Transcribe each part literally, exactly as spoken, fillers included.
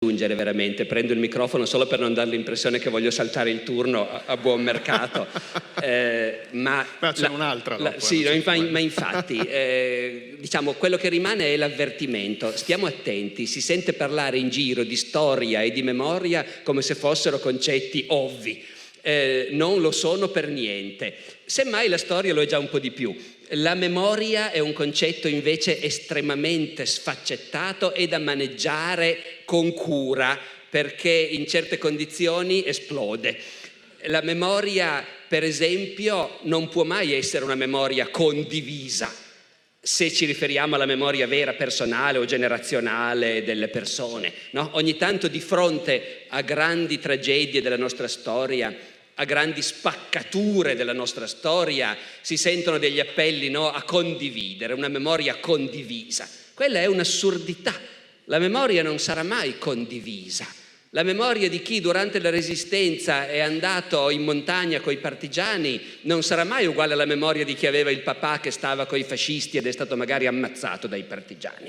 aggiungere veramente, prendo il microfono solo per non dare l'impressione che voglio saltare il turno a, a buon mercato. eh, ma ma c'è la, un'altra la, dopo, sì, eh, ma, ma infatti eh, diciamo quello che rimane è l'avvertimento. Stiamo attenti, si sente parlare in giro di storia e di memoria come se fossero concetti ovvi. Eh, non lo sono per niente. Semmai la storia lo è già un po' di più. La memoria è un concetto invece estremamente sfaccettato e da maneggiare con cura, perché in certe condizioni esplode. La memoria, per esempio, non può mai essere una memoria condivisa, se ci riferiamo alla memoria vera, personale o generazionale delle persone, no? Ogni tanto di fronte a grandi tragedie della nostra storia, a grandi spaccature della nostra storia, si sentono degli appelli, no, a condividere, una memoria condivisa. Quella è un'assurdità. La memoria non sarà mai condivisa. La memoria di chi durante la Resistenza è andato in montagna coi partigiani non sarà mai uguale alla memoria di chi aveva il papà che stava coi fascisti ed è stato magari ammazzato dai partigiani.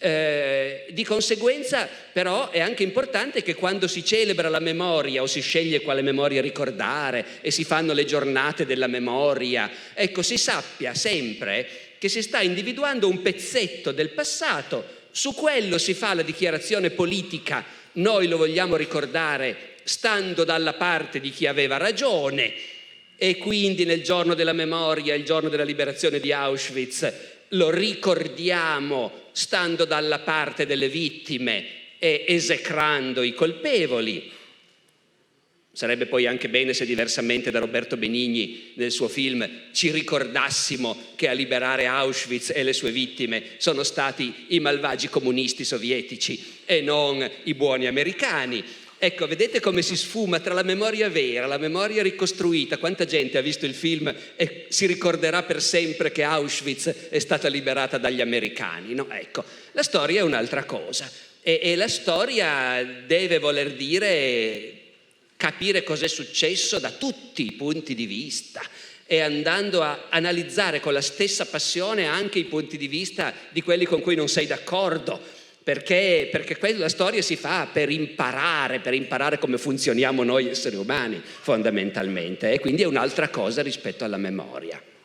Eh, di conseguenza, però, è anche importante che quando si celebra la memoria o si sceglie quale memoria ricordare e si fanno le giornate della memoria, ecco, si sappia sempre che si sta individuando un pezzetto del passato, su quello si fa la dichiarazione politica. Noi lo vogliamo ricordare stando dalla parte di chi aveva ragione e quindi nel giorno della memoria, il giorno della liberazione di Auschwitz, lo ricordiamo stando dalla parte delle vittime e esecrando i colpevoli. Sarebbe poi anche bene se, diversamente da Roberto Benigni nel suo film, ci ricordassimo che a liberare Auschwitz e le sue vittime sono stati i malvagi comunisti sovietici e non i buoni americani. Ecco, vedete come si sfuma tra la memoria vera, la memoria ricostruita. Quanta gente ha visto il film e si ricorderà per sempre che Auschwitz è stata liberata dagli americani, no? Ecco, la storia è un'altra cosa e, e la storia deve voler dire capire cos'è successo da tutti i punti di vista e andando a analizzare con la stessa passione anche i punti di vista di quelli con cui non sei d'accordo, perché, perché la storia si fa per imparare, per imparare come funzioniamo noi esseri umani fondamentalmente, e quindi è un'altra cosa rispetto alla memoria.